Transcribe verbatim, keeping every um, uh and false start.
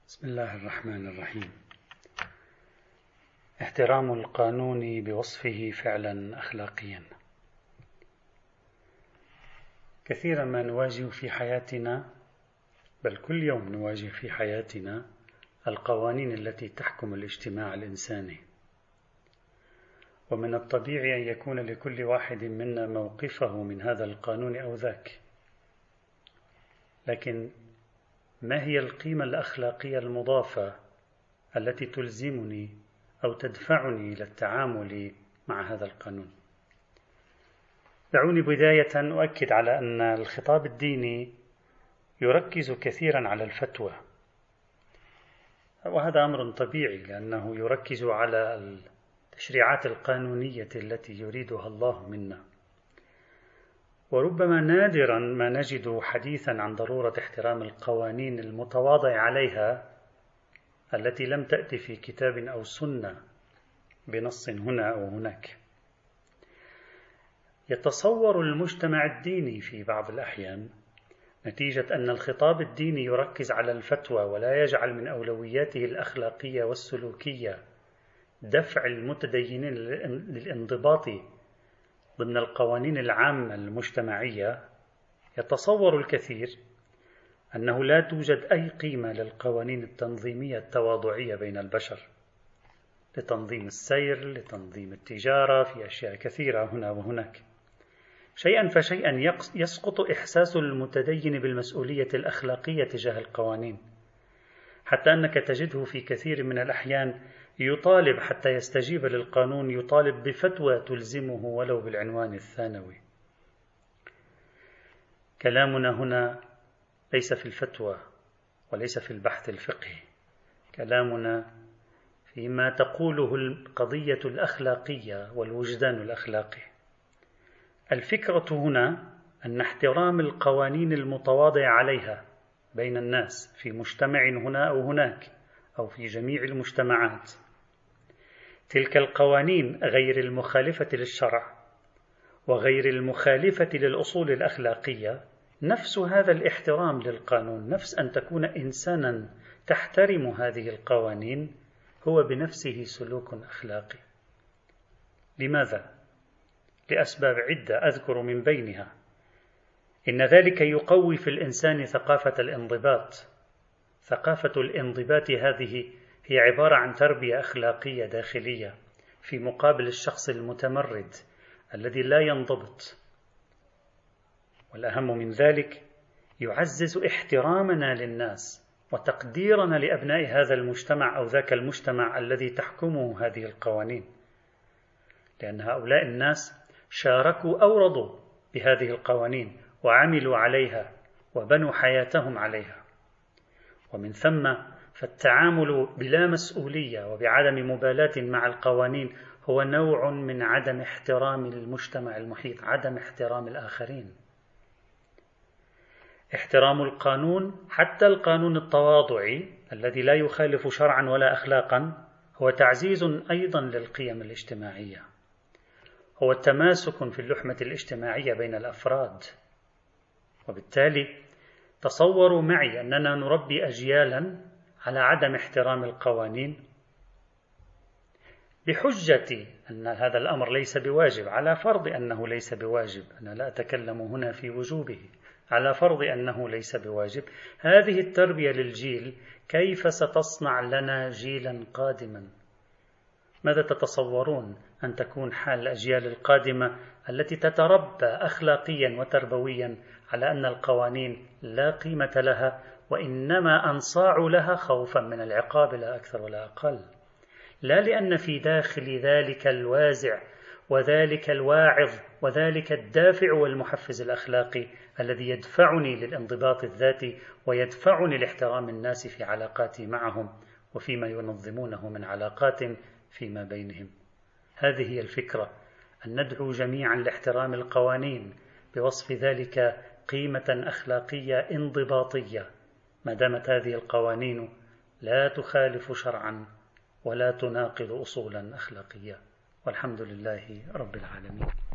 بسم الله الرحمن الرحيم. احترام القانون بوصفه فعلا أخلاقيا. كثيرا ما نواجه في حياتنا، بل كل يوم نواجه في حياتنا القوانين التي تحكم الاجتماع الإنساني، ومن الطبيعي أن يكون لكل واحد منا موقفه من هذا القانون أو ذاك. لكن ما هي القيمة الأخلاقية المضافة التي تلزمني أو تدفعني إلى التعامل مع هذا القانون؟ دعوني بداية أؤكد على أن الخطاب الديني يركز كثيرا على الفتوى، وهذا أمر طبيعي لأنه يركز على التشريعات القانونية التي يريدها الله منا. وربما نادرا ما نجد حديثا عن ضرورة احترام القوانين المتواضع عليها التي لم تأتي في كتاب أو سنة بنص هنا أو هناك. يتصور المجتمع الديني في بعض الأحيان نتيجة أن الخطاب الديني يركز على الفتوى ولا يجعل من أولوياته الأخلاقية والسلوكية دفع المتدينين للانضباط ضمن القوانين العامة المجتمعية. يتصور الكثير أنه لا توجد أي قيمة للقوانين التنظيمية التواضعية بين البشر لتنظيم السير، لتنظيم التجارة، في أشياء كثيرة هنا وهناك. شيئا فشيئا يسقط إحساس المتدين بالمسؤولية الأخلاقية تجاه القوانين، حتى أنك تجده في كثير من الأحيان يطالب حتى يستجيب للقانون يطالب بفتوى تلزمه ولو بالعنوان الثانوي. كلامنا هنا ليس في الفتوى وليس في البحث الفقهي، كلامنا فيما تقوله القضية الأخلاقية والوجدان الأخلاقي. الفكرة هنا أن احترام القوانين المتواضع عليها بين الناس في مجتمع هنا أو هناك أو في جميع المجتمعات، تلك القوانين غير المخالفة للشرع وغير المخالفة للأصول الأخلاقية، نفس هذا الاحترام للقانون، نفس أن تكون إنسانا تحترم هذه القوانين، هو بنفسه سلوك أخلاقي. لماذا؟ لأسباب عدة أذكر من بينها إن ذلك يقوي في الإنسان ثقافة الانضباط. ثقافة الانضباط هذه هي عبارة عن تربية أخلاقية داخلية في مقابل الشخص المتمرد الذي لا ينضبط. والأهم من ذلك يعزز احترامنا للناس وتقديرنا لأبناء هذا المجتمع أو ذاك المجتمع الذي تحكمه هذه القوانين، لأن هؤلاء الناس شاركوا أو رضوا بهذه القوانين وعملوا عليها وبنوا حياتهم عليها. ومن ثم فالتعامل بلا مسؤولية وبعدم مبالاة مع القوانين هو نوع من عدم احترام المجتمع المحيط، عدم احترام الآخرين. احترام القانون، حتى القانون التواضعي الذي لا يخالف شرعا ولا أخلاقا، هو تعزيز أيضا للقيم الاجتماعية، هو التماسك في اللحمة الاجتماعية بين الأفراد. وبالتالي تصوروا معي أننا نربي أجيالا على عدم احترام القوانين بحجة أن هذا الأمر ليس بواجب، على فرض أنه ليس بواجب، أنا لا أتكلم هنا في وجوبه، على فرض أنه ليس بواجب. هذه التربية للجيل كيف ستصنع لنا جيلا قادما؟ ماذا تتصورون أن تكون حال الأجيال القادمة التي تتربى أخلاقيا وتربويا على أن القوانين لا قيمة لها وإنما أنصاع لها خوفا من العقاب لا أكثر ولا أقل، لا لأن في داخل ذلك الوازع وذلك الواعظ وذلك الدافع والمحفز الأخلاقي الذي يدفعني للانضباط الذاتي ويدفعني لاحترام الناس في علاقاتي معهم وفيما ينظمونه من علاقات فيما بينهم. هذه هي الفكرة، أن ندعو جميعا لاحترام القوانين بوصف ذلك قيمة أخلاقية انضباطية، ما دامت هذه القوانين لا تخالف شرعا ولا تناقض أصولا أخلاقية. والحمد لله رب العالمين.